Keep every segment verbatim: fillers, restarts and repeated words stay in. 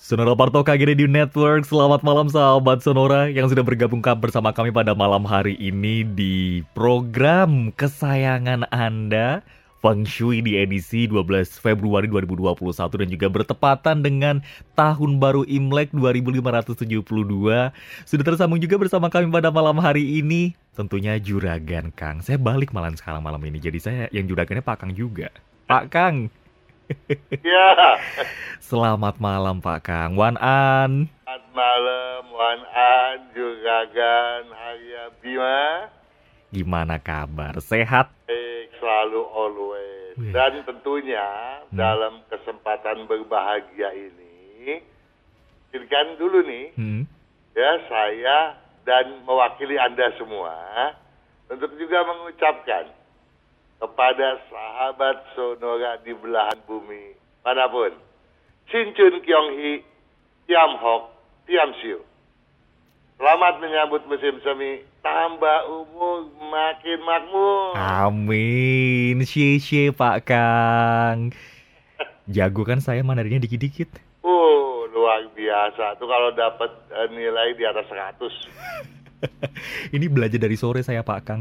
Sonora Parto K G Radio Network, selamat malam sahabat Sonora yang sudah bergabung bersama kami pada malam hari ini di program kesayangan Anda, Feng Shui di edisi dua belas Februari dua ribu dua puluh satu dan juga bertepatan dengan Tahun Baru Imlek dua ribu lima ratus tujuh puluh dua. Sudah tersambung juga bersama kami pada malam hari ini, tentunya Juragan Kang. Saya balik malam sekarang malam ini, jadi saya yang Juragannya Pak Kang juga. Pak Kang. Ya. Selamat malam Pak Kang. Wan An. Selamat malam Wan An, Juragan Arya Bima. Gimana kabar? Sehat? Baik, selalu always. Wih. Dan tentunya Hmm. dalam kesempatan berbahagia ini, izinkan dulu nih, Hmm. ya saya dan mewakili Anda semua untuk juga mengucapkan kepada sahabat Sonora di belahan bumi manapun, Sin Chun Kyong Hee, Tiam Hok, Tiam Siu. Selamat menyambut musim semi, tambah umur makin makmur. Amin. Cie-cie Pak Kang. Jago kan saya mandarinnya dikit-dikit. Oh, luar biasa. Tuh kalau dapat uh, nilai di atas seratus. Ini belajar dari sore saya Pak Kang.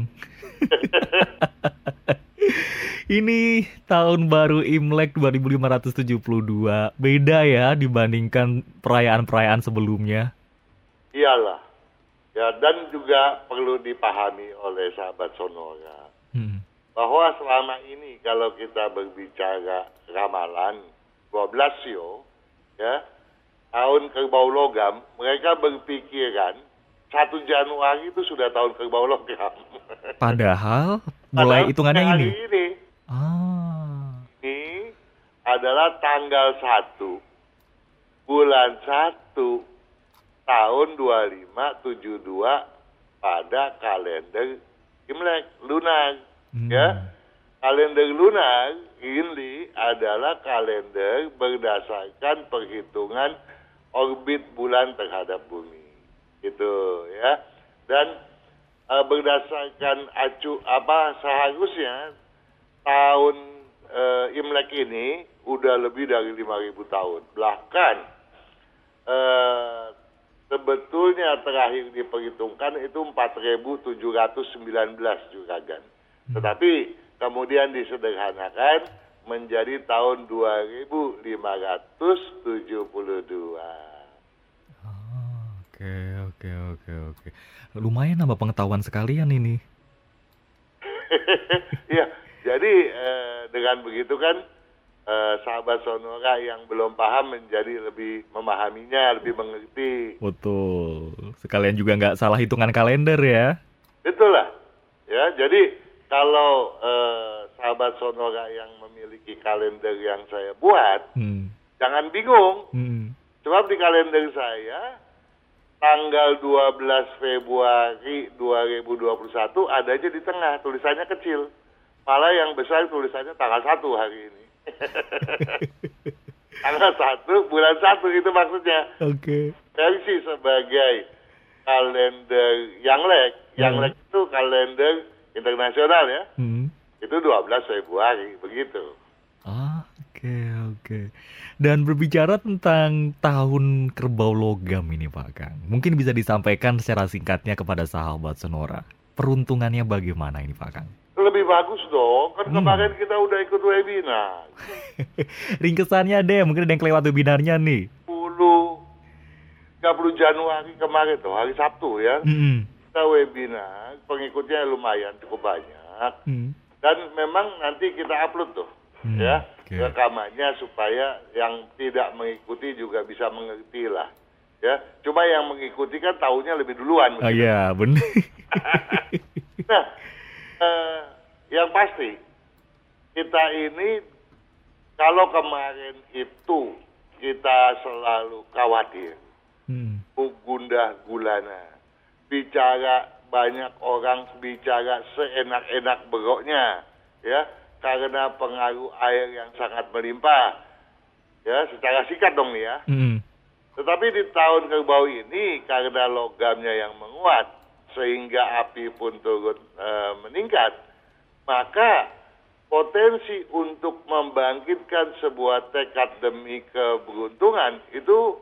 Ini tahun baru Imlek dua ribu lima ratus tujuh puluh dua. Beda ya dibandingkan perayaan-perayaan sebelumnya. Iyalah. Ya, dan juga perlu dipahami oleh sahabat Sonora Hmm. bahwa selama ini kalau kita berbicara ramalan dua belas Sio, ya, tahun kerbau logam, mereka berpikiran satu Januari itu sudah tahun kerbau logam. Padahal mulai Padahal hitungannya hari ini. ini Ah. ini adalah tanggal satu bulan satu tahun dua lima tujuh dua pada kalender Imlek lunar. Hmm. Ya, kalender lunar ini adalah kalender berdasarkan perhitungan orbit bulan terhadap bumi, gitu ya. Dan uh, berdasarkan acu apa seharusnya tahun uh, Imlek ini udah lebih dari lima ribu tahun. Bahkan uh, sebetulnya terakhir diperhitungkan itu empat ribu tujuh ratus sembilan belas Juragan. Tetapi kemudian disederhanakan menjadi tahun dua ribu lima ratus tujuh puluh dua. Ah, Oke, oke, oke, oke. Lumayan nambah pengetahuan sekalian ini. Ya, jadi eh, dengan begitu kan eh, sahabat Sonora yang belum paham menjadi lebih memahaminya, lebih mengerti. Betul. Sekalian juga nggak salah hitungan kalender ya. Betul lah. Ya, jadi kalau eh, sahabat Sonora yang memiliki kalender yang saya buat, Hmm. jangan bingung. Hmm. Sebab di kalender saya tanggal dua belas Februari dua ribu dua puluh satu adanya di tengah, tulisannya kecil. Malah yang besar tulisannya tanggal satu hari ini. Tanggal satu, bulan satu itu maksudnya. Oke. Versi sebagai kalender Yanglek. Yanglek Hmm. itu kalender internasional ya. Hmm. Itu dua belas Februari, begitu. Ah, oke, oke. Dan berbicara tentang tahun kerbau logam ini Pak Kang, mungkin bisa disampaikan secara singkatnya kepada sahabat Sonora. Peruntungannya bagaimana ini Pak Kang? Lebih bagus dong, kan Hmm. kemarin kita udah ikut webinar. Ringkesannya deh, mungkin ada yang kelewat webinarnya nih. sepuluh, tiga puluh Januari kemarin tuh, hari Sabtu ya. Hmm. Kita webinar, pengikutnya lumayan cukup banyak. Hmm. Dan memang nanti kita upload tuh, Hmm, ya, oke. rekamannya supaya yang tidak mengikuti juga bisa mengerti lah. Ya, cuma yang mengikuti kan tahunya lebih duluan. Oh begitu. iya, bener. Nah, eh, yang pasti kita ini kalau kemarin itu kita selalu khawatir, Hmm. gundah gulana, bicara banyak orang bicara seenak-enak beroknya, ya, karena pengaruh air yang sangat melimpah, ya, secara singkat dong nih ya. Hmm. Tetapi di tahun kerbau ini karena logamnya yang menguat sehingga api pun turut e, meningkat, maka potensi untuk membangkitkan sebuah tekad demi keberuntungan itu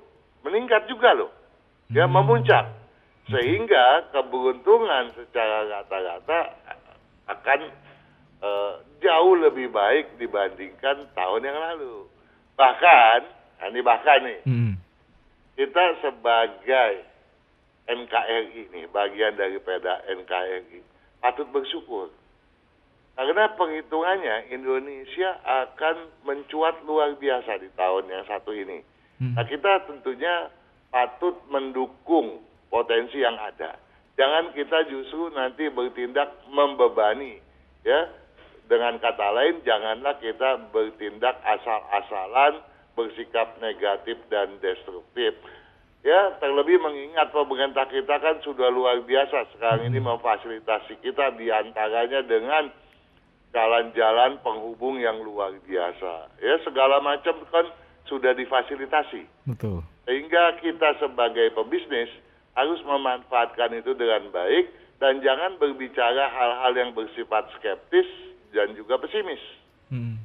meningkat juga loh, ya Hmm. memuncak, sehingga keberuntungan secara rata-rata akan eh, jauh lebih baik dibandingkan tahun yang lalu. Bahkan, nah ini bahkan nih, Hmm. kita sebagai N K R I nih, bagian daripada N K R I, patut bersyukur. Karena perhitungannya Indonesia akan mencuat luar biasa di tahun yang satu ini. Hmm. Nah, kita tentunya patut mendukung potensi yang ada. Jangan kita justru nanti bertindak membebani, ya. Dengan kata lain, janganlah kita bertindak asal-asalan, bersikap negatif dan destruktif. Ya, terlebih mengingat pemerintah kita kan sudah luar biasa sekarang ini memfasilitasi kita diantaranya dengan jalan-jalan penghubung yang luar biasa. Ya, segala macam kan sudah difasilitasi. Betul. Sehingga kita sebagai pebisnis harus memanfaatkan itu dengan baik dan jangan berbicara hal-hal yang bersifat skeptis dan juga pesimis. Hmm.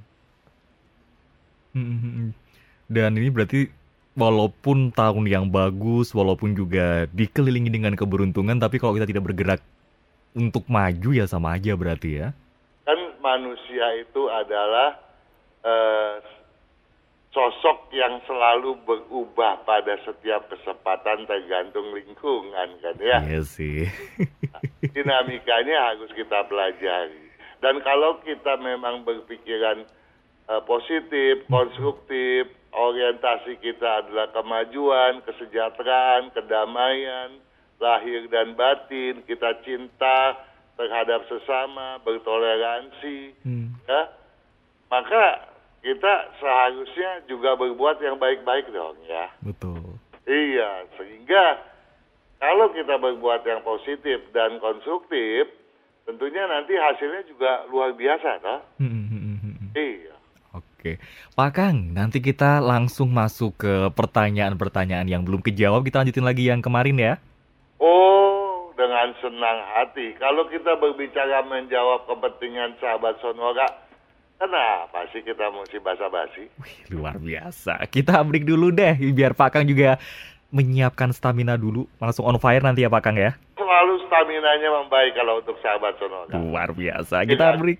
Hmm, hmm, hmm. Dan ini berarti walaupun tahun yang bagus, walaupun juga dikelilingi dengan keberuntungan, tapi kalau kita tidak bergerak untuk maju ya sama aja berarti ya. Kan manusia itu adalah eh, sosok yang selalu berubah pada setiap kesempatan tergantung lingkungan kan ya. Iya sih. Dinamikanya harus kita pelajari. Dan kalau kita memang berpikiran uh, positif, konstruktif, orientasi kita adalah kemajuan, kesejahteraan, kedamaian, lahir dan batin, kita cinta terhadap sesama, bertoleransi, Hmm. ya, maka kita seharusnya juga berbuat yang baik-baik dong ya. Betul. Iya, sehingga kalau kita berbuat yang positif dan konstruktif, tentunya nanti hasilnya juga luar biasa, toh? Hmm, hmm, hmm, hmm, hmm. Iya. Oke, Pak Kang, nanti kita langsung masuk ke pertanyaan-pertanyaan yang belum kejawab. Kita lanjutin lagi yang kemarin ya. Oh, dengan senang hati. Kalau kita berbicara menjawab kepentingan sahabat Sonora, kenapa sih kita mesti basa-basi? Wih, luar biasa. Kita break dulu deh, biar Pak Kang juga menyiapkan stamina dulu. Langsung on fire nanti ya Pak Kang ya. Selalu staminanya membaik kalau untuk sahabat Sonora. Luar biasa. Kita break.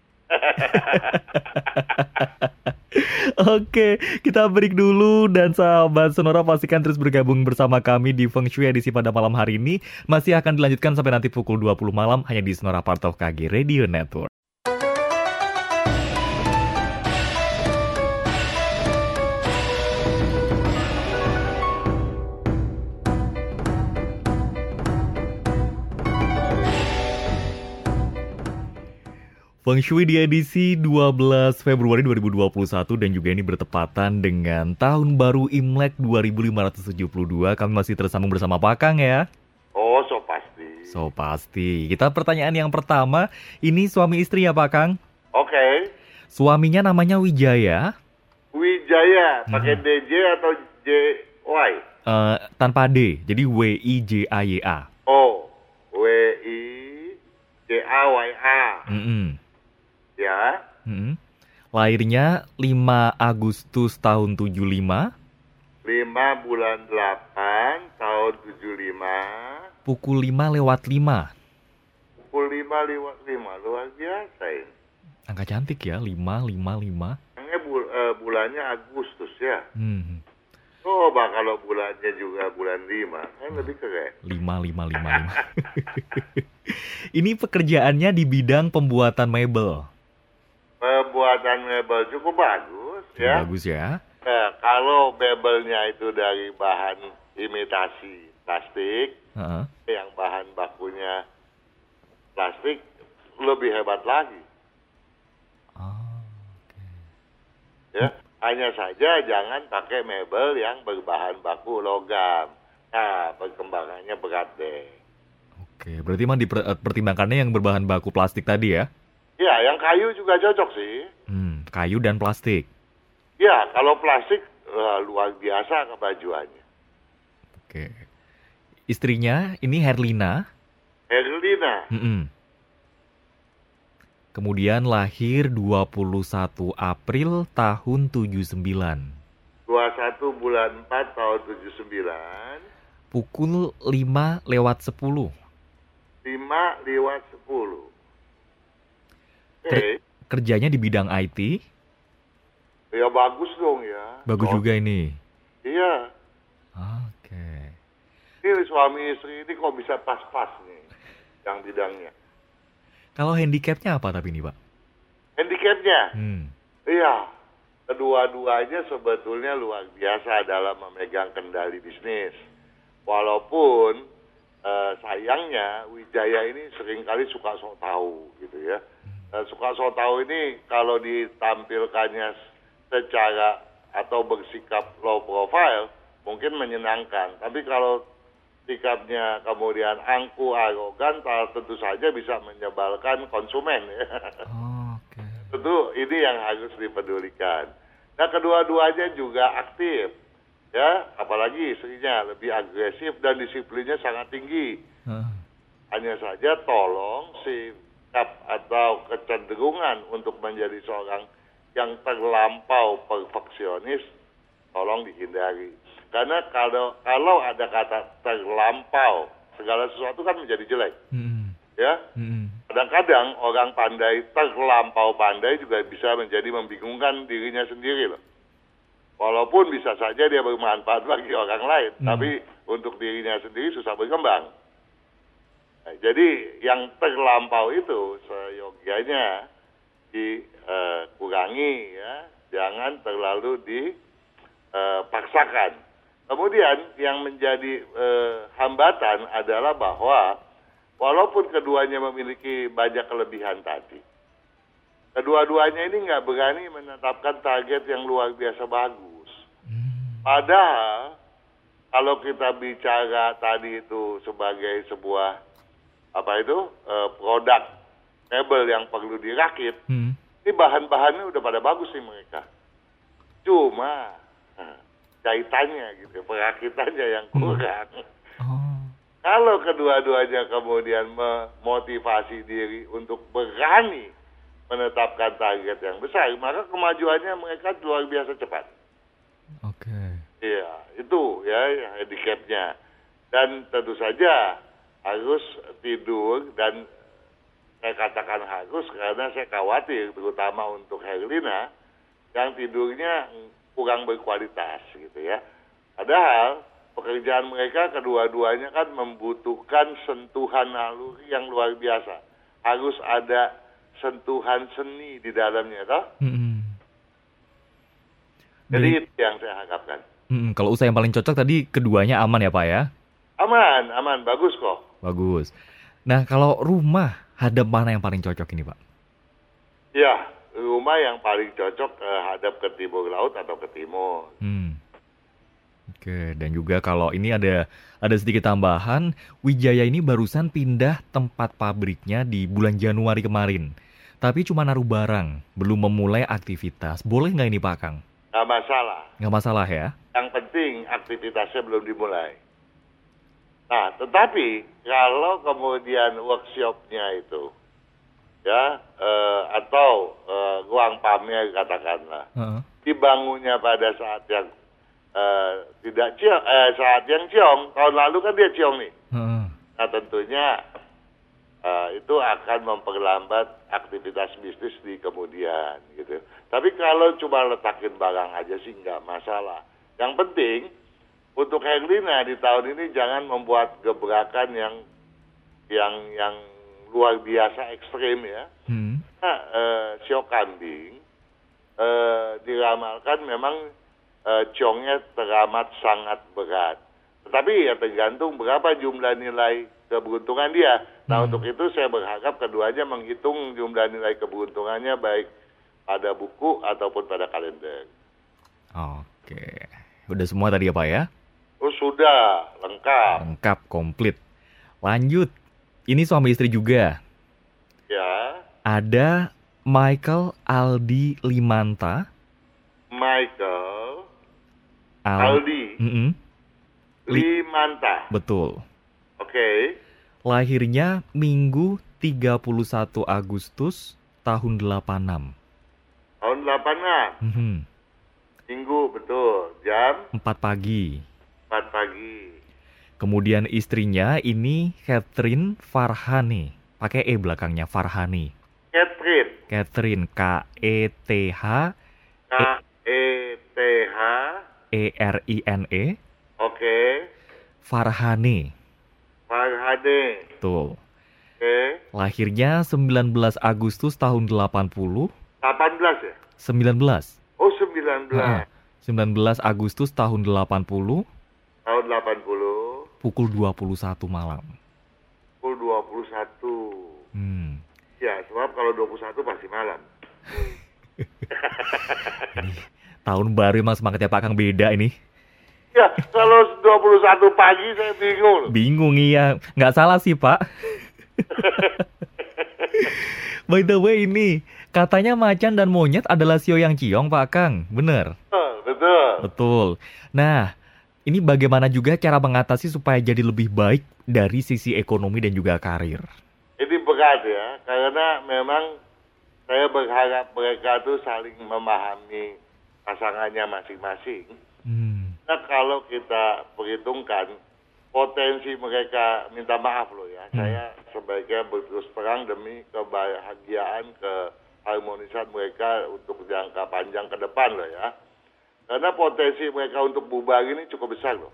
Oke, kita break dulu dan sahabat Sonora pastikan terus bergabung bersama kami di Feng Shui edisi pada malam hari ini. Masih akan dilanjutkan sampai nanti pukul dua puluh malam hanya di Sonora Part of K G Radio Network. Feng Shui di edisi dua belas Februari dua ribu dua puluh satu dan juga ini bertepatan dengan Tahun Baru Imlek dua ribu lima ratus tujuh puluh dua. Kami masih tersambung bersama Pak Kang ya. Oh, so pasti. So pasti. Kita pertanyaan yang pertama, ini suami istri ya Pak Kang? Oke. Suaminya namanya Wijaya. Wijaya, pakai D J atau J Y? Eh, tanpa D, jadi W I J A Y A. Oh, W I J A Y A. Mm-mm. Ya. Mm-mm. Lahirnya lima Agustus tahun tujuh puluh lima. lima bulan delapan tahun tujuh puluh lima. Pukul lima lewat lima. Pukul lima lewat lima, luar biasa ini. Angka cantik ya, lima lima lima. Ini bul uh, bulannya Agustus ya. Hmm. Coba kalau bulannya juga bulan lima, kan lebih keren. lima lima lima lima. Ini pekerjaannya di bidang pembuatan mebel. Pembuatan mebel cukup bagus Cukup ya. bagus ya. Nah, kalau mebelnya itu dari bahan imitasi plastik, Uh-uh. yang bahan bakunya plastik, lebih hebat lagi. Oh, oke. Ya, hanya saja jangan pakai mebel yang berbahan baku logam. Nah, perkembangannya berat deh. Oke, berarti emang dipertimbangkannya yang berbahan baku plastik tadi ya? Ya, yang kayu juga cocok sih. Hmm, kayu dan plastik. Ya, kalau plastik uh, luar biasa kebajuannya. Oke. Istrinya ini Herlina. Herlina, Mm-mm. Kemudian lahir dua puluh satu April tahun tujuh puluh sembilan. dua puluh satu bulan empat tahun tujuh puluh sembilan. Pukul lima lewat sepuluh. lima lewat sepuluh. Oke. Ker- kerjanya di bidang I T. Ya bagus dong ya. Bagus Oh, juga ini. iya. Oke. Ini suami istri ini kok bisa pas-pas nih yang bidangnya. Kalau handicapnya apa tapi ini, Pak? Handicapnya? Hmm. Iya. Kedua-duanya sebetulnya luar biasa dalam memegang kendali bisnis. Walaupun eh, sayangnya Wijaya ini seringkali suka sok tahu gitu ya. Eh, suka sok tahu ini kalau ditampilkannya secara atau bersikap low profile mungkin menyenangkan. Tapi kalau sikapnya kemudian angkuh, arogan, tentu saja bisa menyebalkan konsumen ya. Oke. Tentu ini yang harus dipedulikan. Nah, kedua-duanya juga aktif, ya, apalagi istrinya lebih agresif dan disiplinnya sangat tinggi. Heeh. Hanya saja tolong sikap atau kecenderungan untuk menjadi seorang yang terlampau perfeksionis, tolong dihindari. Karena kalau kalau ada kata terlampau, segala sesuatu kan menjadi jelek, Hmm. ya. Hmm. Kadang-kadang orang pandai, terlampau pandai juga bisa menjadi membingungkan dirinya sendiri loh. Walaupun bisa saja dia bermanfaat bagi orang lain, Hmm. tapi untuk dirinya sendiri susah berkembang. Nah, jadi yang terlampau itu seyogianya dikurangi ya, jangan terlalu dipaksakan. Kemudian yang menjadi eh, hambatan adalah bahwa walaupun keduanya memiliki banyak kelebihan tadi, kedua-duanya ini nggak berani menetapkan target yang luar biasa bagus. Padahal kalau kita bicara tadi itu sebagai sebuah apa itu eh, produk mebel yang perlu dirakit, Hmm. ini bahan-bahannya udah pada bagus nih mereka. Cuma nah, kaitannya gitu, perakitannya yang kurang. Oh. Kalau kedua-duanya kemudian memotivasi diri untuk berani menetapkan target yang besar, maka kemajuannya mereka luar biasa cepat. Oke. Iya, itu ya handicapnya. Dan tentu saja harus tidur, dan saya katakan harus karena saya khawatir terutama untuk Herlina yang tidurnya kurang berkualitas gitu ya. Padahal pekerjaan mereka kedua-duanya kan membutuhkan sentuhan naluri yang luar biasa. Harus ada sentuhan seni di dalamnya, toh? Hmm. Jadi Baik. itu yang saya harapkan. Hmm. Kalau usaha yang paling cocok tadi keduanya aman ya, Pak ya? Aman, aman, bagus kok. Bagus. Nah, kalau rumah hadap mana yang paling cocok ini, Pak? Ya, rumah yang paling cocok eh, hadap ke timur laut atau ke timur. Hmm. Oke, dan juga kalau ini ada ada sedikit tambahan, Wijaya ini barusan pindah tempat pabriknya di bulan Januari kemarin. Tapi cuma naruh barang, belum memulai aktivitas. Boleh nggak ini, Pak Kang? Nggak masalah. Nggak masalah ya? Yang penting aktivitasnya belum dimulai. Nah, tetapi kalau kemudian workshopnya itu, ya, eh, atau eh, ruang pamer katakanlah, Heeh. dibangunnya pada saat yang eh, tidak ciong, eh, saat yang ciong, tahun lalu kan dia ciong nih. Heeh. Nah, tentunya eh, itu akan memperlambat aktivitas bisnis di kemudian, gitu. Tapi kalau cuma letakin barang aja sih nggak masalah. Yang penting untuk Herlina di tahun ini jangan membuat gebrakan yang yang yang luar biasa ekstrim ya. Hmm. Nah, eh, sio kambing eh, diramalkan memang eh, ciongnya teramat sangat berat. Tetapi ya tergantung berapa jumlah nilai keberuntungan dia. Nah, Hmm. untuk itu saya berharap keduanya menghitung jumlah nilai keberuntungannya baik pada buku ataupun pada kalender. Oke. Udah semua tadi ya, Pak ya? Oh, sudah lengkap. Lengkap, komplit. Lanjut. Ini suami istri juga. Ya, Ada Michael Aldi Limanta. Michael Al- Aldi Mm-mm. Li- Limanta. Betul. Oke. Lahirnya Minggu tiga puluh satu Agustus tahun delapan enam. Tahun delapan enam. Mhm. Minggu, betul. Jam empat pagi. empat pagi. Kemudian istrinya ini Catherine Farhani. Pakai E belakangnya, Farhani. Catherine. Catherine, K E T H K E T H E R I N E. Oke. Farhani. Farhani. Tuh. Oke. Lahirnya sembilan belas Agustus tahun delapan puluh. delapan belas ya? sembilan belas. Oh, sembilan belas. Heeh. sembilan belas Agustus tahun delapan puluh. Tahun delapan puluh. Pukul dua puluh satu malam. Pukul dua puluh satu. Hmm. Ya, sebab kalau dua puluh satu pasti malam. Ini tahun baru emang semangatnya Pak Kang beda ini. Ya, kalau dua puluh satu pagi saya bingung loh. Bingung iya. Nggak salah sih Pak. By the way ini, katanya macan dan monyet adalah sio yang ciong Pak Kang. Bener? Betul, betul. Betul. Nah, ini bagaimana juga cara mengatasi supaya jadi lebih baik dari sisi ekonomi dan juga karir? Ini berat ya, karena memang saya berharap mereka tuh saling memahami pasangannya masing-masing. Hmm. Nah, kalau kita perhitungkan potensi mereka, minta maaf loh ya, Hmm. saya sebaiknya berterus terang demi kebahagiaan, keharmonisan mereka untuk jangka panjang ke depan loh ya. Karena potensi mereka untuk bubar ini cukup besar loh.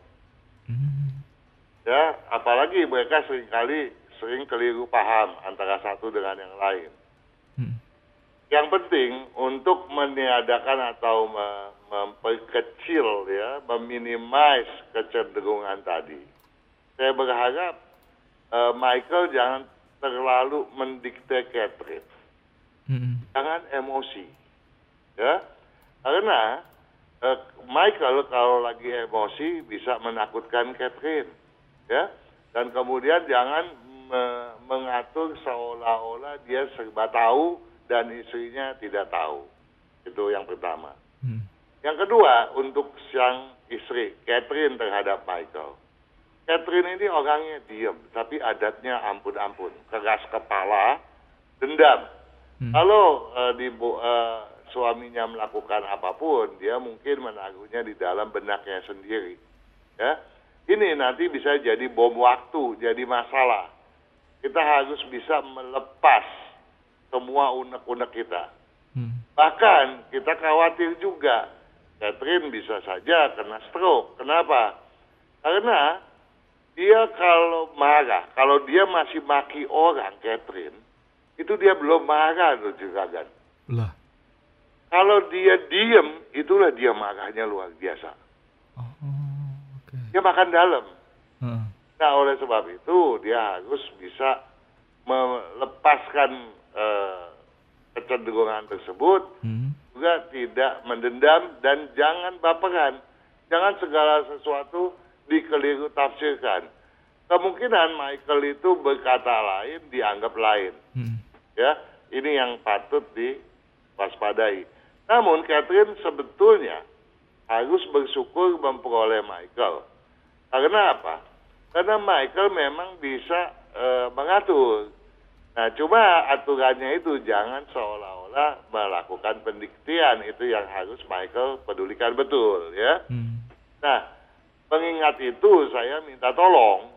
Hmm. Ya, apalagi mereka seringkali sering keliru paham antara satu dengan yang lain. Hmm. Yang penting untuk meniadakan atau me- memperkecil ya, meminimize kecenderungan tadi. Saya berharap uh, Michael jangan terlalu mendikte Catherine. Hmm. Jangan emosi. Ya. Karena uh, Michael kalau lagi emosi bisa menakutkan Catherine. Ya. Dan kemudian jangan me- mengatur seolah-olah dia serba tahu dan istrinya tidak tahu. Itu yang pertama. Hmm. Yang kedua, untuk sang istri, Catherine terhadap Michael. Catherine ini orangnya diam, tapi adatnya ampun-ampun. Keras kepala, dendam. Hmm. Kalau uh, di, uh, suaminya melakukan apapun, dia mungkin menaruhnya di dalam benaknya sendiri. Ya, ini nanti bisa jadi bom waktu, jadi masalah. Kita harus bisa melepas semua unek-unek kita. Hmm. Bahkan kita khawatir juga Catherine bisa saja kena stroke. Kenapa? Karena dia kalau marah, kalau dia masih maki orang, Catherine, itu dia belum marah loh juragan. Lah. Kalau dia diem, itulah dia marahnya luar biasa. Oh, oke. Okay. Dia makan dalam. Uh-uh. Nah, oleh sebab itu dia harus bisa melepaskan uh, kecenderungan tersebut, Hmm. juga tidak mendendam dan jangan baperan. Jangan segala sesuatu dikeliru tafsirkan. Kemungkinan Michael itu berkata lain, dianggap lain. Hmm. Ya, ini yang patut diwaspadai. Namun Catherine sebetulnya harus bersyukur memperoleh Michael. Karena apa? Karena Michael memang bisa uh, mengatur. Nah, cuma aturannya itu jangan seolah-olah melakukan pendiktian. Itu yang harus Michael pedulikan betul, ya. Hmm. Nah, mengingat itu saya minta tolong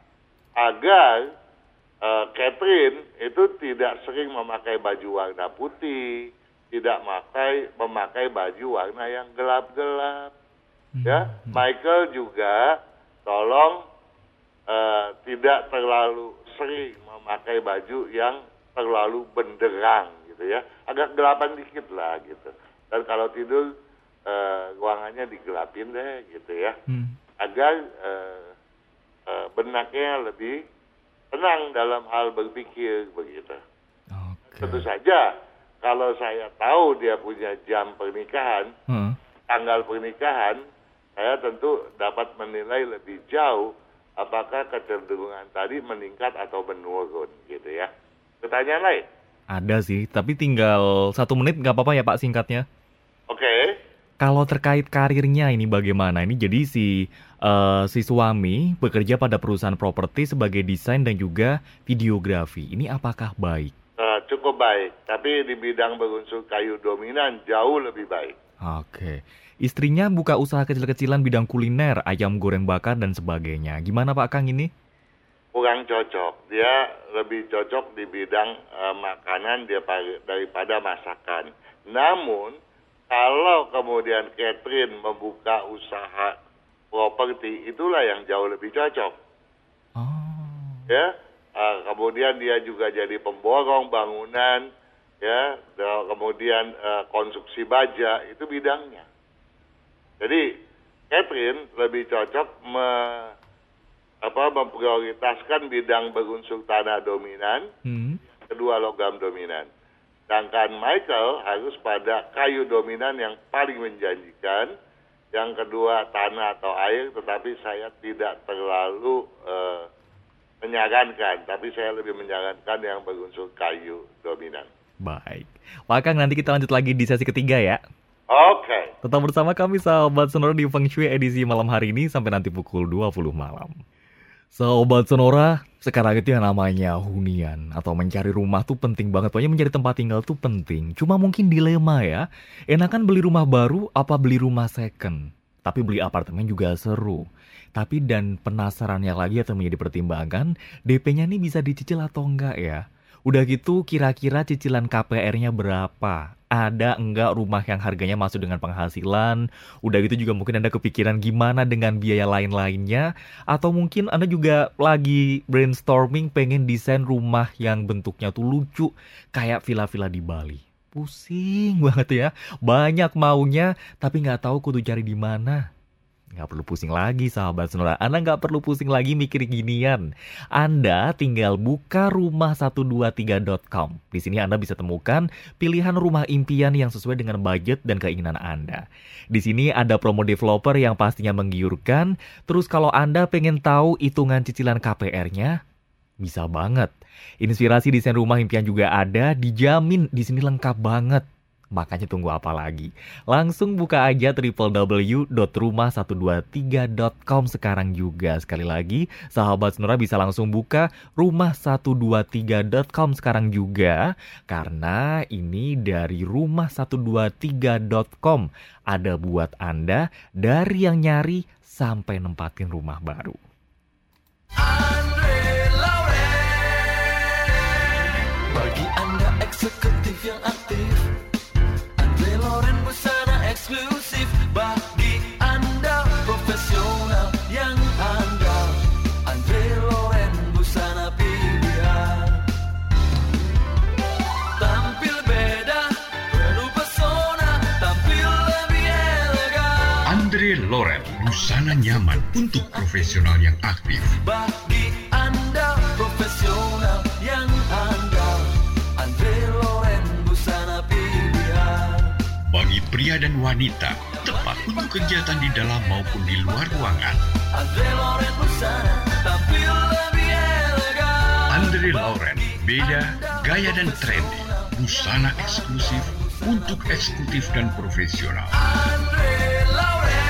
agar uh, Catherine itu tidak sering memakai baju warna putih, tidak memakai memakai baju warna yang gelap-gelap. Hmm. Ya, Michael juga tolong uh, tidak terlalu sering memakai baju yang terlalu benderang gitu ya, agak gelapan dikit lah gitu. Dan kalau tidur uh, ruangannya digelapin deh gitu ya, Hmm. agar uh, uh, benaknya lebih tenang dalam hal berpikir begitu. Oke. Tentu saja kalau saya tahu dia punya jam pernikahan, Hmm. tanggal pernikahan, saya tentu dapat menilai lebih jauh apakah kecenderungan tadi meningkat atau menurun gitu ya. Pertanyaan lain? Ada sih, tapi tinggal satu menit nggak apa-apa ya Pak singkatnya. Oke. Kalau terkait karirnya ini bagaimana? Ini jadi si eh, si suami bekerja pada perusahaan properti sebagai desain dan juga videografi. Ini apakah baik? Uh, cukup baik, tapi di bidang berunsur kayu dominan jauh lebih baik. Oke. Istrinya buka usaha kecil-kecilan bidang kuliner, ayam goreng bakar dan sebagainya. Gimana Pak Kang ini? Kurang cocok. Dia lebih cocok di bidang uh, makanan dia daripada masakan. Namun, kalau kemudian Catherine membuka usaha properti, itulah yang jauh lebih cocok. Oh. Ya, uh, kemudian dia juga jadi pemborong bangunan, ya, kemudian uh, konstruksi baja, itu bidangnya. Jadi Catherine lebih cocok me, apa, memprioritaskan bidang berunsur tanah dominan, hmm. kedua logam dominan. Sedangkan Michael harus pada kayu dominan yang paling menjanjikan, yang kedua tanah atau air, tetapi saya tidak terlalu uh, menyarankan, tapi saya lebih menyarankan yang berunsur kayu dominan. Baik, Pak Kang, nanti kita lanjut lagi di sesi ketiga ya. Oke. Okay. Tetap bersama kami sahabat Sonora di Feng Shui edisi malam hari ini sampai nanti pukul dua puluh malam. Sahabat Sonora, sekarang itu yang namanya hunian atau mencari rumah tuh penting banget. Pokoknya mencari tempat tinggal tuh penting. Cuma mungkin dilema ya. Enakan beli rumah baru apa beli rumah second? Tapi beli apartemen juga seru. Tapi dan penasarannya lagi atau menjadi pertimbangan, D P-nya nih bisa dicicil atau enggak ya? Udah gitu kira-kira cicilan K P R-nya berapa? Ada enggak rumah yang harganya masuk dengan penghasilan? Udah gitu juga mungkin Anda kepikiran gimana dengan biaya lain-lainnya? Atau mungkin Anda juga lagi brainstorming pengen desain rumah yang bentuknya tuh lucu kayak villa-villa di Bali. Pusing banget ya. Banyak maunya tapi nggak tahu kudu cari di mana. Nggak perlu pusing lagi sahabat Sonora. Anda nggak perlu pusing lagi mikir ginian. Anda tinggal buka rumah satu dua tiga dot com. Di sini Anda bisa temukan pilihan rumah impian yang sesuai dengan budget dan keinginan Anda. Di sini ada promo developer yang pastinya menggiurkan. Terus kalau Anda pengen tahu hitungan cicilan K P R-nya, bisa banget. Inspirasi desain rumah impian juga ada, dijamin di sini lengkap banget. Makanya tunggu apa lagi? Langsung buka aja w w w dot rumah satu dua tiga dot com sekarang juga. Sekali lagi, sahabat Sonora bisa langsung buka rumah satu dua tiga dot com sekarang juga. Karena ini dari rumah satu dua tiga dot com ada buat Anda dari yang nyari sampai nempatin rumah baru. Andre Lauren, bagi Anda eksekutif yang aktif, Andre Lauren busana eksklusif. Bagi Anda profesional yang handal, Andre Lauren busana pilihan. Tampil beda, penuh pesona, tampil lebih elegan. Andre Lauren busana nyaman untuk profesional yang aktif. Bagi Anda profesional yang handal, Andre Lauren busana pilihan. Bagi pria dan wanita, tepat untuk kegiatan di dalam maupun di luar ruangan. Andre Lauren busana tampil lebih elegan. Andre Lauren, beda, gaya dan trendy. Busana eksklusif untuk eksekutif dan profesional. Andre Lauren.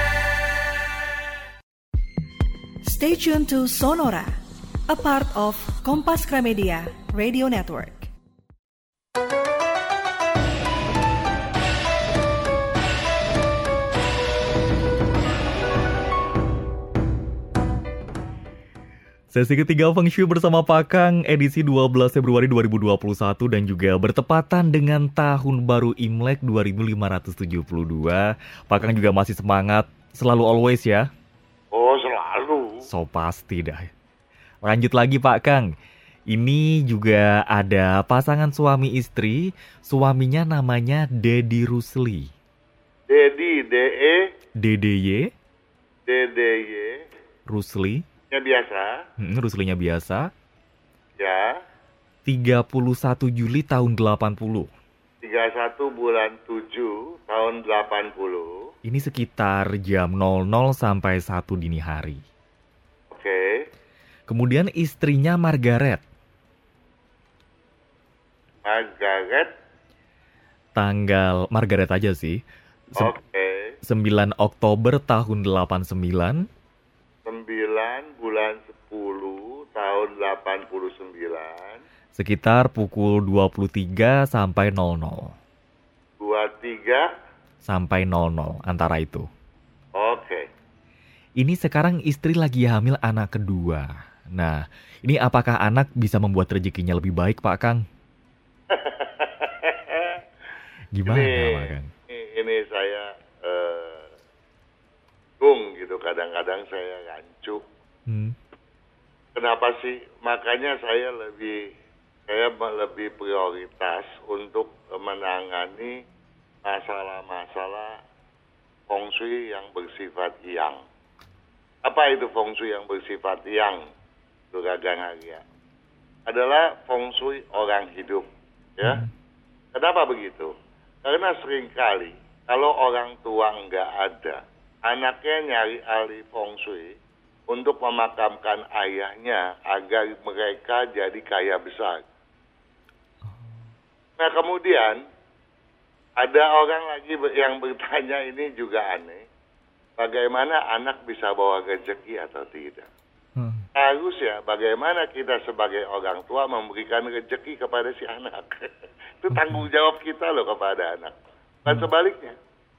Stay tuned to Sonora, a part of Kompas Gramedia Radio Network. Sesi ketiga Feng Shui bersama Pak Kang, edisi dua belas Februari dua ribu dua puluh satu dan juga bertepatan dengan Tahun Baru Imlek dua ribu lima ratus tujuh puluh dua. Pak Kang juga masih semangat, selalu always ya? Oh, selalu. So pasti dah. Lanjut lagi Pak Kang. Ini juga ada pasangan suami istri, suaminya namanya Dedi Rusli. Dedi, D E D D Y D D Y Rusli. nya biasa. Hmm, Ruslinya biasa. Ya. tiga puluh satu Juli tahun delapan puluh. tiga puluh satu bulan tujuh tahun delapan puluh. Ini sekitar jam nol nol sampai satu dini hari. Oke. Kemudian istrinya Margaret. Margaret. Tanggal Margaret aja sih. Sem- Oke. sembilan Oktober tahun delapan puluh sembilan. sembilan bulan sepuluh tahun delapan puluh sembilan. Sekitar pukul dua puluh tiga sampai nol nol. dua puluh tiga sampai nol nol antara itu. Oke. Ini sekarang istri lagi hamil anak kedua. Nah, ini apakah anak bisa membuat rezekinya lebih baik, Pak Kang? Gimana, ini, Pak Kang? Ini, ini saya eh, gung gitu, kadang-kadang saya rancu. Hmm. Kenapa sih? Makanya saya lebih saya lebih prioritas untuk menangani masalah-masalah feng shui yang bersifat yang. Apa itu feng shui yang bersifat yang? Gagang Arya adalah feng shui orang hidup, ya. Hmm. Kenapa begitu? Karena seringkali kalau orang tua nggak ada, anaknya nyari ahli feng shui untuk memakamkan ayahnya agar mereka jadi kaya besar. Nah kemudian ada orang lagi yang bertanya, ini juga aneh, bagaimana anak bisa bawa rezeki atau tidak? Hmm. Harusnya bagaimana kita sebagai orang tua memberikan rezeki kepada si anak. Itu tanggung jawab kita loh kepada anak. Bukan sebaliknya.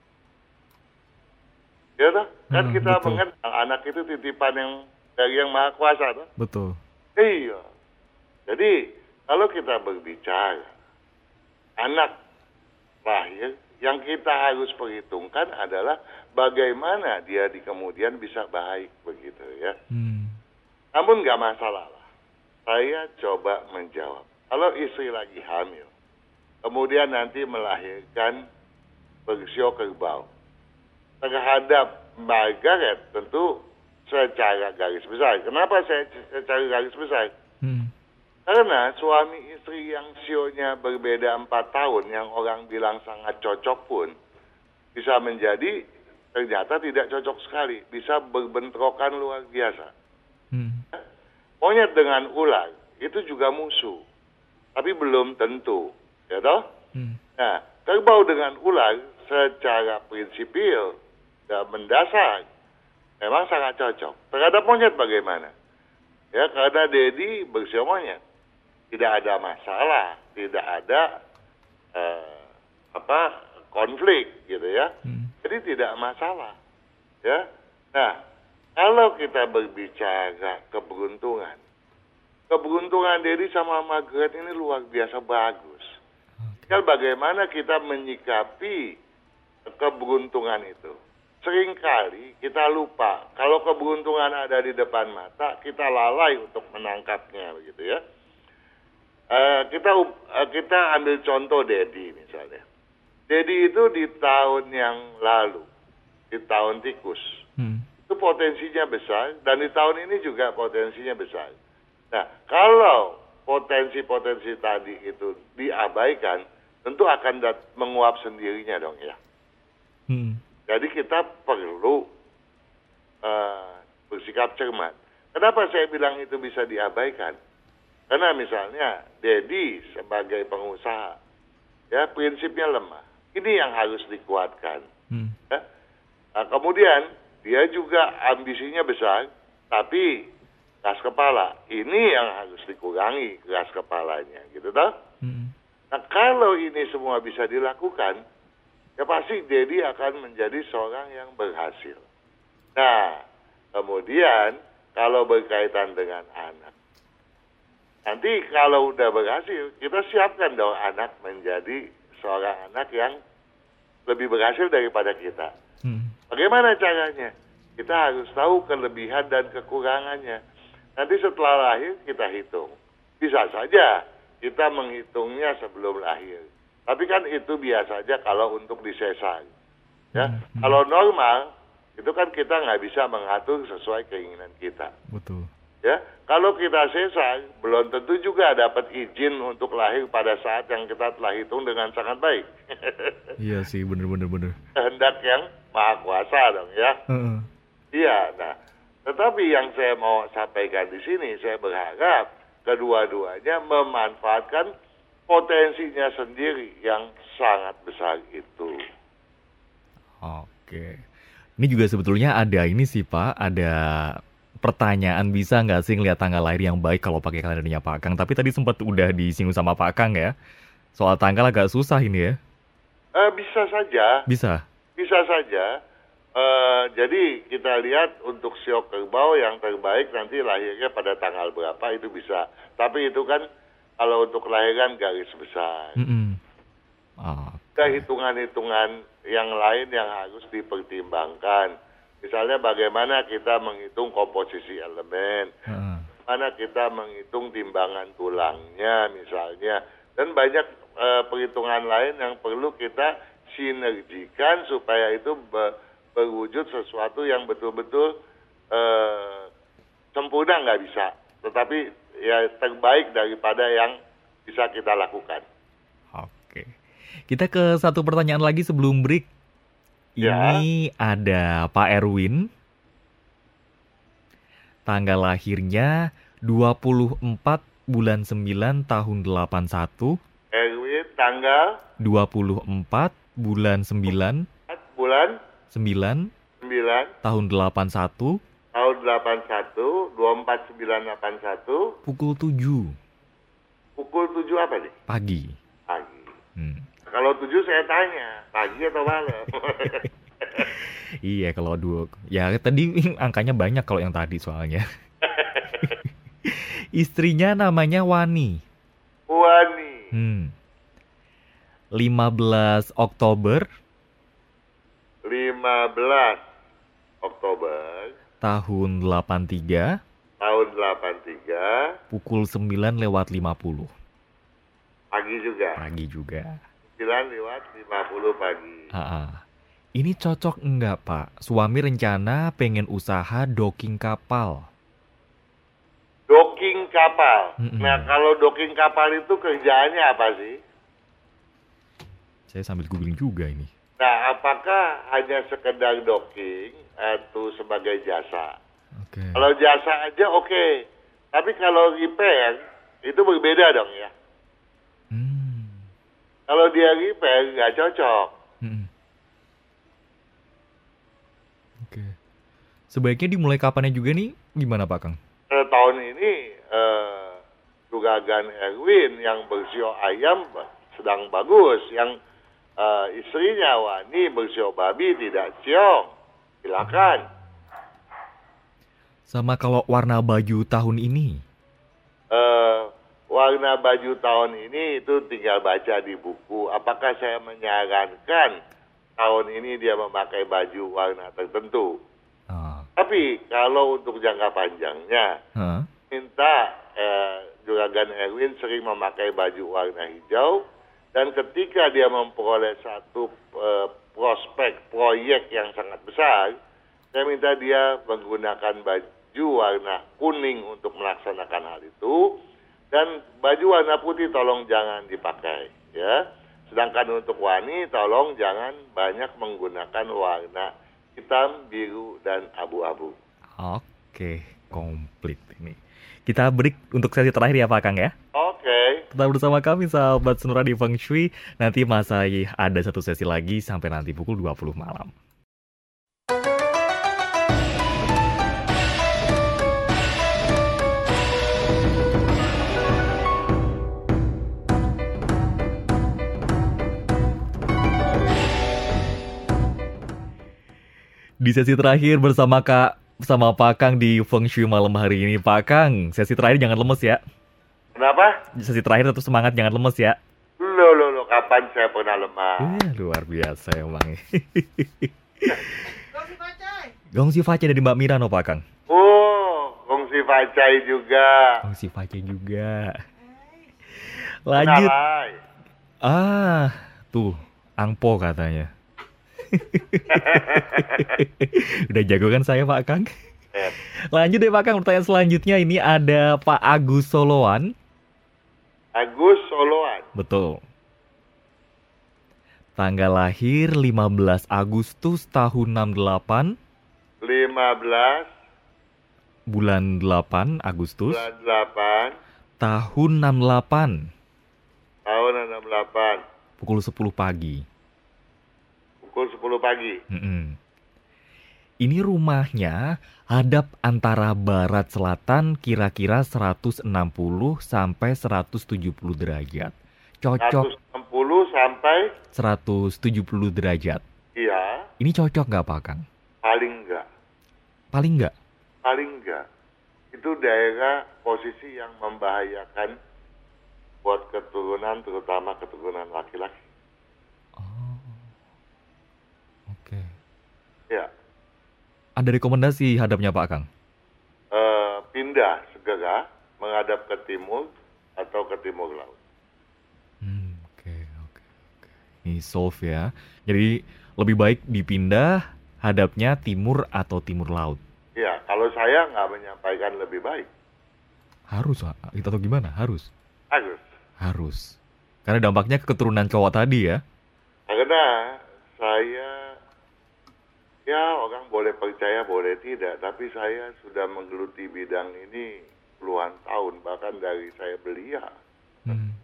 Ya toh? Kan Hmm, kita betul. mengenal anak itu titipan yang dari yang maha kuasa toh? Betul. Iya. Jadi kalau kita berbicara anak lahir, yang kita harus perhitungkan adalah bagaimana dia di kemudian bisa baik begitu ya. Hmm. Namun nggak masalah lah. Saya coba menjawab. Kalau istri lagi hamil, kemudian nanti melahirkan bersio kerbau, terhadap Margaret tentu secara garis besar. Kenapa saya secara garis besar? Hmm. Karena suami istri yang sionya berbeda empat tahun, yang orang bilang sangat cocok pun, bisa menjadi ternyata tidak cocok sekali. Bisa berbentrokan luar biasa. Hmm. Monyet dengan ular itu juga musuh, tapi belum tentu, ya toh? Hmm. Nah, kerbau dengan ular secara prinsipil dan mendasar memang sangat cocok. Terhadap monyet bagaimana? Ya, karena Dedi bersio monyet, tidak ada masalah, tidak ada eh, apa konflik, gitu ya. Hmm. Jadi tidak masalah, ya. Nah. Kalau kita berbicara keberuntungan, keberuntungan Dedi sama Margaret ini luar biasa bagus. Tinggal bagaimana kita menyikapi keberuntungan itu. Seringkali kita lupa, kalau keberuntungan ada di depan mata, kita lalai untuk menangkapnya, begitu ya. Uh, kita uh, kita ambil contoh Dedi misalnya. Dedi itu di tahun yang lalu, di tahun tikus. Hmm. Itu potensinya besar, dan di tahun ini juga potensinya besar. Nah, kalau potensi-potensi tadi itu diabaikan, tentu akan dat- menguap sendirinya dong ya. Hmm. Jadi kita perlu uh, bersikap cermat. Kenapa saya bilang itu bisa diabaikan? Karena misalnya Dedi sebagai pengusaha, ya prinsipnya lemah. Ini yang harus dikuatkan. Hmm. Ya. Nah, kemudian dia juga ambisinya besar, tapi keras kepala. Ini yang harus dikurangi, keras kepalanya, gitu toh. Hmm. Nah, kalau ini semua bisa dilakukan, ya pasti Dedi akan menjadi seorang yang berhasil. Nah, kemudian kalau berkaitan dengan anak, nanti kalau udah berhasil, kita siapkan dong anak menjadi seorang anak yang lebih berhasil daripada kita. Hmm. Bagaimana caranya? Kita harus tahu kelebihan dan kekurangannya. Nanti setelah lahir kita hitung. Bisa saja kita menghitungnya sebelum lahir. Tapi kan itu biasa saja kalau untuk disesar. Ya, Hmm. kalau normal itu kan kita nggak bisa mengatur sesuai keinginan kita. Betul. Ya, kalau kita sesar belum tentu juga dapat izin untuk lahir pada saat yang kita telah hitung dengan sangat baik. Iya sih, bener-bener bener. Kehendak yang maha kuasa dong ya. Heeh. Iya, nah, tetapi yang saya mau sampaikan di sini, saya berharap kedua-duanya memanfaatkan potensinya sendiri yang sangat besar itu. Oke. Ini juga sebetulnya ada ini sih Pak, ada pertanyaan, bisa nggak sih ngeliat tanggal lahir yang baik kalau pakai kalendernya Pak Kang? Tapi tadi sempat udah disinggung sama Pak Kang ya, soal tanggal agak susah ini ya. Eh, bisa saja, Bisa? bisa saja. eh, jadi kita lihat untuk sio kerbau yang terbaik nanti lahirnya pada tanggal berapa itu bisa. Tapi itu kan kalau untuk kelahiran garis besar. Mm-mm. Ah, Ada hitungan-hitungan yang lain yang harus dipertimbangkan. Misalnya bagaimana kita menghitung komposisi elemen, heeh. mana kita menghitung timbangan tulangnya misalnya, dan banyak eh, perhitungan lain yang perlu kita sinergikan supaya itu be- berwujud sesuatu yang betul-betul eh, sempurna nggak bisa, tetapi ya terbaik daripada yang bisa kita lakukan. Oke. Kita ke satu pertanyaan lagi sebelum break. Ya. Ini ada Pak Erwin. Tanggal lahirnya dua puluh empat bulan sembilan tahun delapan satu. Erwin tanggal dua puluh empat bulan sembilan empat bulan sembilan sembilan tahun delapan satu tahun delapan satu dua empat sembilan delapan satu pukul tujuh pukul tujuh apa nih? pagi. Pagi. Hmm. Kalau tujuh saya tanya, pagi atau malam? Iya kalau dua. Ya tadi angkanya banyak kalau yang tadi soalnya. Istrinya namanya Wani. Wani. Hmm. lima belas Oktober lima belas Oktober tahun delapan tiga tahun delapan tiga pukul sembilan lewat lima puluh pagi juga. pagi juga. sembilan lewat lima puluh pagi. Ah, ini cocok enggak Pak? Suami rencana pengen usaha docking kapal. Docking kapal. Mm-mm. Nah, kalau docking kapal itu kerjaannya apa sih? Saya sambil googling juga ini. Nah, apakah hanya sekedar docking atau sebagai jasa? Oke. Kalau jasa aja oke. Tapi kalau repair itu berbeda dong ya. Hmm. Kalau dia repair nggak cocok. Mm-mm. Oke. Sebaiknya dimulai kapannya juga nih? Gimana Pak Kang? Pada tahun ini eh, Juragan Erwin yang bersio ayam sedang bagus. Yang eh, istrinya Wani bersio babi tidak siong. Silakan. Sama kalau warna baju tahun ini? Eh, warna baju tahun ini itu tinggal baca di buku. Apakah saya menyarankan tahun ini dia memakai baju warna tertentu? Ah. Tapi kalau untuk jangka panjangnya, Hah? minta eh, Juragan Erwin sering memakai baju warna hijau, dan ketika dia memperoleh satu eh, prospek proyek yang sangat besar, saya minta dia menggunakan baju warna kuning untuk melaksanakan hal itu, dan baju warna putih tolong jangan dipakai, ya. Sedangkan untuk Wani tolong jangan banyak menggunakan warna hitam, biru, dan abu-abu. Oke, komplit ini. Kita break untuk sesi terakhir ya Pak Kang ya. Oke. Tetap bersama kami sahabat Sonora di Feng Shui. Nanti masih ada satu sesi lagi sampai nanti pukul dua puluh malam. Di sesi terakhir bersama Kak sama Pak Kang di Feng Shui malam hari ini. Pak Kang, sesi terakhir jangan lemes ya. Kenapa? Sesi terakhir tetap semangat, jangan lemes ya. Loh, loh, loh, kapan saya pernah lemah? Eh, luar biasa emang. Gongsi Facai dari Mbak Mira no Pak Kang. Oh, Gongsi Facai juga. Gongsi Facai juga. Lanjut. Kenalai. Ah, tuh, angpo katanya. Udah jago kan saya Pak Kang? Eh, Lanjut deh Pak Kang, pertanyaan selanjutnya ini ada Pak Agus Soloan. Agus Soloan. Betul. Tanggal lahir lima belas Agustus tahun enam delapan, lima belas bulan delapan Agustus bulan delapan tahun enam delapan, tahun enam delapan, pukul sepuluh pagi. pukul sepuluh pagi. Mm-mm. Ini rumahnya hadap antara barat selatan kira-kira seratus enam puluh sampai seratus tujuh puluh derajat. Cocok seratus enam puluh sampai seratus tujuh puluh derajat. iya. Ini cocok nggak Pak Kang? Paling enggak. Paling nggak? Paling enggak. Itu daerah posisi yang membahayakan buat keturunan, terutama keturunan laki-laki. Oh, oke. Ya, Ada rekomendasi hadapnya Pak Kang? eh, pindah segera menghadap ke timur atau ke timur laut. Hmm, oke, oke, oke. Ini solve ya. Jadi lebih baik dipindah hadapnya timur atau timur laut. Ya, kalau saya nggak menyampaikan lebih baik. Harus, Pak. Itu atau gimana? Harus. Harus. Harus. Karena dampaknya ke keturunan cowok tadi ya. Karena saya, ya orang boleh percaya, boleh tidak, tapi saya sudah menggeluti bidang ini puluhan tahun, bahkan dari saya belia. Hmm.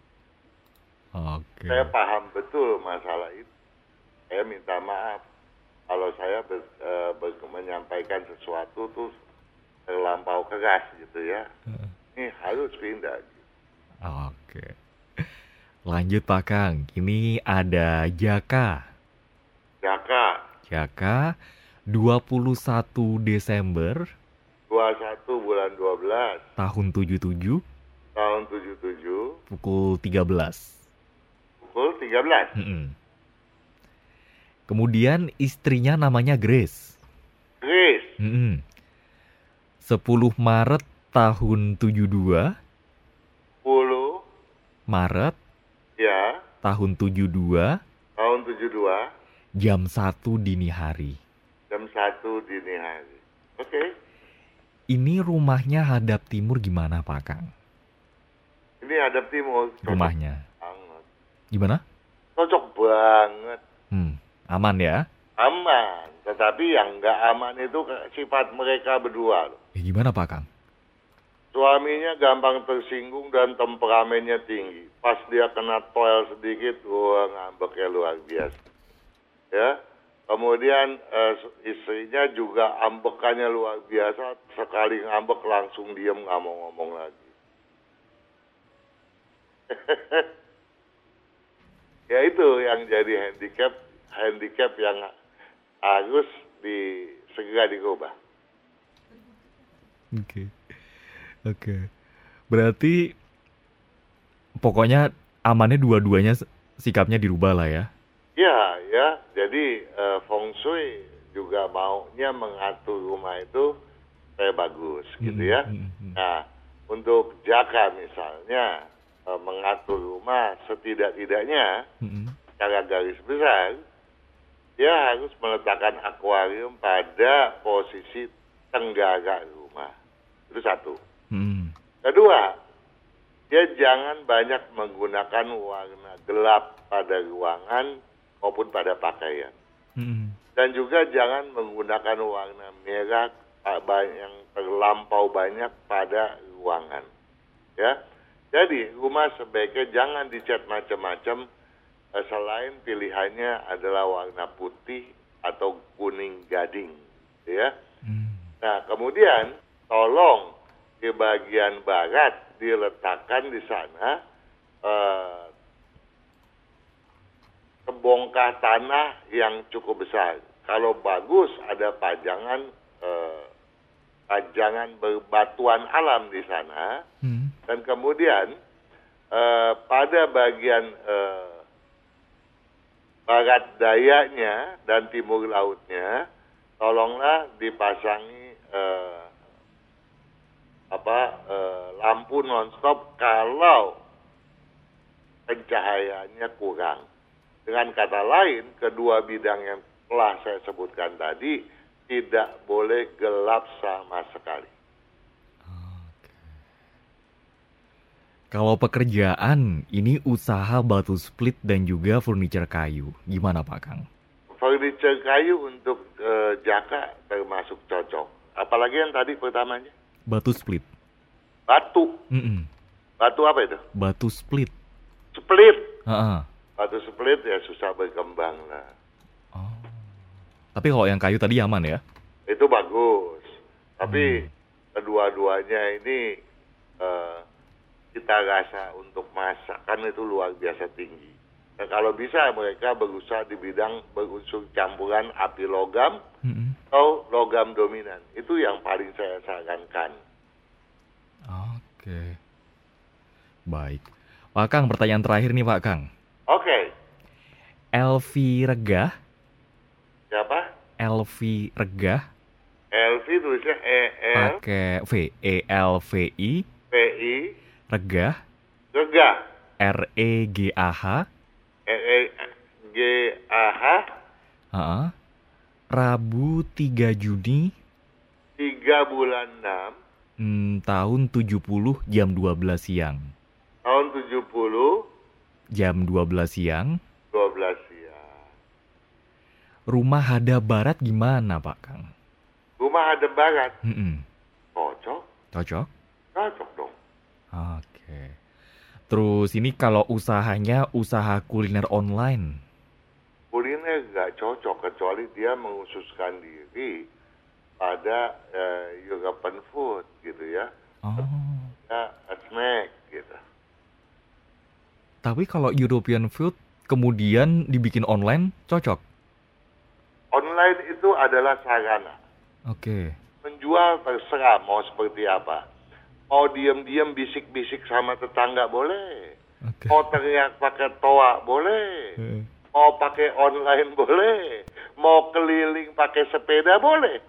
Oke. Saya paham betul masalah itu. Saya minta maaf kalau saya ber, eh, ber- menyampaikan sesuatu tuh terlampau keras gitu ya. Ini harus pindah. Oke. Lanjut Pak Kang. Ini ada Jaka. Jaka, Jaka dua puluh satu Desember dua puluh satu bulan dua belas tahun tujuh tujuh tahun tujuh tujuh pukul tiga belas. pukul tiga belas. Mm-mm. Kemudian istrinya namanya Grace. Grace, Mm-mm. sepuluh Maret tahun tujuh dua, sepuluh Maret ya, tahun tujuh dua, tahun tujuh dua jam satu dini hari. jam satu dini hari. Oke, Ini rumahnya hadap timur gimana Pak Kang? ini hadap timur. Cocok Rumahnya. banget. Gimana? Cocok banget. Hmm, aman ya? Aman. Tetapi yang nggak aman itu ke- sifat mereka berdua loh. Ya gimana Pak Kang? Suaminya gampang tersinggung dan temperamennya tinggi. Pas dia kena toel sedikit, wah ngambeknya luar biasa. Ya. Kemudian eh, istrinya juga ambekannya luar biasa. Sekali ngambek langsung diem nggak mau ngomong lagi. Ya itu yang jadi handicap, handicap yang harus di segera dirubah. Oke. Oke. Berarti pokoknya amannya dua-duanya s- sikapnya dirubah lah ya. Ya, ya. Jadi eh, feng shui juga maunya mengatur rumah itu kayak bagus, gitu ya. Mm, mm, mm. Nah, untuk Jaka misalnya eh, mengatur rumah setidak-tidaknya Mm-mm. secara garis besar, dia harus meletakkan akuarium pada posisi tenggara rumah. Itu satu. Mm. Kedua, dia jangan banyak menggunakan warna gelap pada ruangan maupun pada pakaian. Mm. Dan juga jangan menggunakan warna merah ah, ba- yang terlampau banyak pada ruangan. Ya, jadi rumah sebaiknya jangan dicat macam-macam eh, selain pilihannya adalah warna putih atau kuning gading, ya. Mm. Nah, kemudian tolong di bagian barat diletakkan di sana eh, kebongkah tanah yang cukup besar. Kalau bagus ada pajangan eh, pajangan berbatuan alam di sana. Mm. Dan kemudian eh, pada bagian eh, barat dayanya dan timur lautnya, tolonglah dipasangi eh, apa eh, lampu nonstop kalau pencahayaannya kurang. Dengan kata lain, kedua bidang yang telah saya sebutkan tadi tidak boleh gelap sama sekali. Kalau pekerjaan, ini usaha batu split dan juga furniture kayu. Gimana Pak Kang? Furniture kayu untuk eh, Jaka termasuk cocok. Apalagi yang tadi pertamanya. Batu split. Batu. Mm-mm. Batu apa itu? Batu split. Split. Ha-ha. Batu split ya susah berkembang lah. Oh. Tapi kalau yang kayu tadi aman ya? Itu bagus. Tapi kedua-duanya ini eh, kita rasa untuk masak kan itu luar biasa tinggi. Nah, kalau bisa mereka berusaha di bidang berunsur campuran api logam Mm-mm. atau logam dominan. Itu yang paling saya sarankan. Oke. Baik. Pak Kang, pertanyaan terakhir nih Pak Kang. Oke, Elvi Regah, siapa? Elvi Regah, Elvi tulisnya E L pakai V, E L V I, P I Regah, Regah R E G A H, R E G A H Heeh. Rabu tiga Juni tiga bulan enam hmm, tahun tujuh puluh jam dua belas siang. tahun tujuh puluh Jam dua belas siang. dua belas siang. Rumah Hada Barat gimana Pak Kang? Rumah Adem Barat Mm-mm. cocok, Cocok? cocok dong. Oke. Terus ini kalau usahanya usaha kuliner online. Kuliner nggak cocok kecuali dia menghususkan diri pada eh, European food gitu ya, Oh. ya snack gitu. Tapi kalau European food kemudian dibikin online cocok. Online itu adalah sarana. Oke. Menjual terserah mau seperti apa. Mau diam-diam bisik-bisik sama tetangga boleh. Oke. Mau teriak pakai toa boleh. Eh, Mau pakai online boleh. Mau keliling pakai sepeda boleh.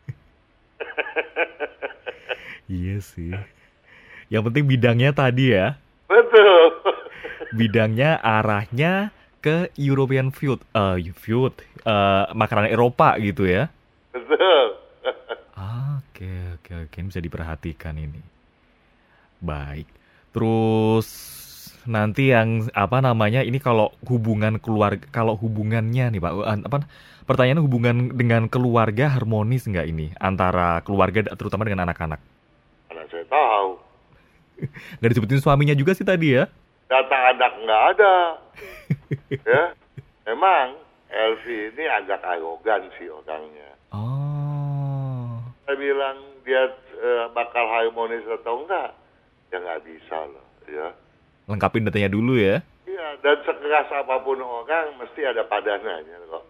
Iya sih. Yang penting bidangnya tadi ya. Betul. Bidangnya arahnya ke European food, eh food, eh, makanan Eropa gitu ya. Betul. Oke, oke, oke. Ini bisa diperhatikan ini. Baik. Terus nanti yang apa namanya ini kalau hubungan keluarga, kalau hubungannya nih Pak, an- apa pertanyaan hubungan dengan keluarga harmonis nggak ini antara keluarga terutama dengan anak-anak? Karena saya tahu. Nggak disebutin suaminya juga sih tadi ya? Data anak nggak ada. Ya. Memang Elvi ini agak arogan sih orangnya. Oh, Saya bilang dia eh, bakal harmonis atau enggak, ya nggak bisa loh, ya. lengkapin datanya dulu ya. Iya, dan sekeras apapun orang mesti ada padanannya kok.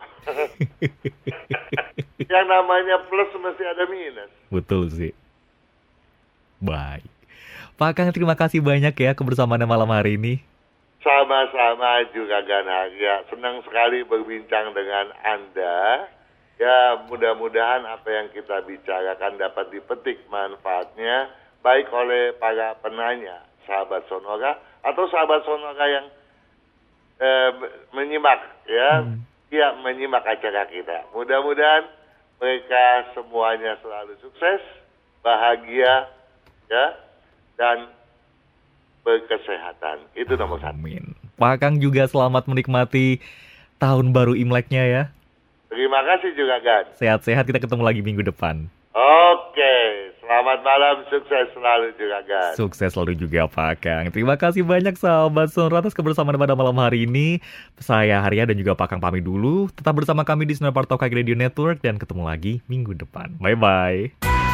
Yang namanya plus mesti ada minus. Betul sih. Baik. Pak Kang, terima kasih banyak ya kebersamaannya malam hari ini. Sama-sama juga Ganaria, senang sekali berbincang dengan Anda. Ya, mudah-mudahan apa yang kita bicarakan dapat dipetik manfaatnya baik oleh para penanya, sahabat Sonora atau sahabat Sonora yang eh, menyimak ya, Hmm. ya menyimak acara kita. Mudah-mudahan mereka semuanya selalu sukses, bahagia, ya, dan berkesehatan. Itu nomor satu. Amin. Pak Kang juga selamat menikmati tahun baru Imleknya ya. Terima kasih juga, Gan. Sehat-sehat, kita ketemu lagi minggu depan. Oke, selamat malam, sukses selalu juga, Gan. Sukses selalu juga Pak Kang. Terima kasih banyak sahabat Sonora atas kebersamaan pada malam hari ini. Saya Haria dan juga Pak Kang pamit dulu. Tetap bersama kami di Sinar Partokai Radio Network dan ketemu lagi minggu depan. Bye-bye.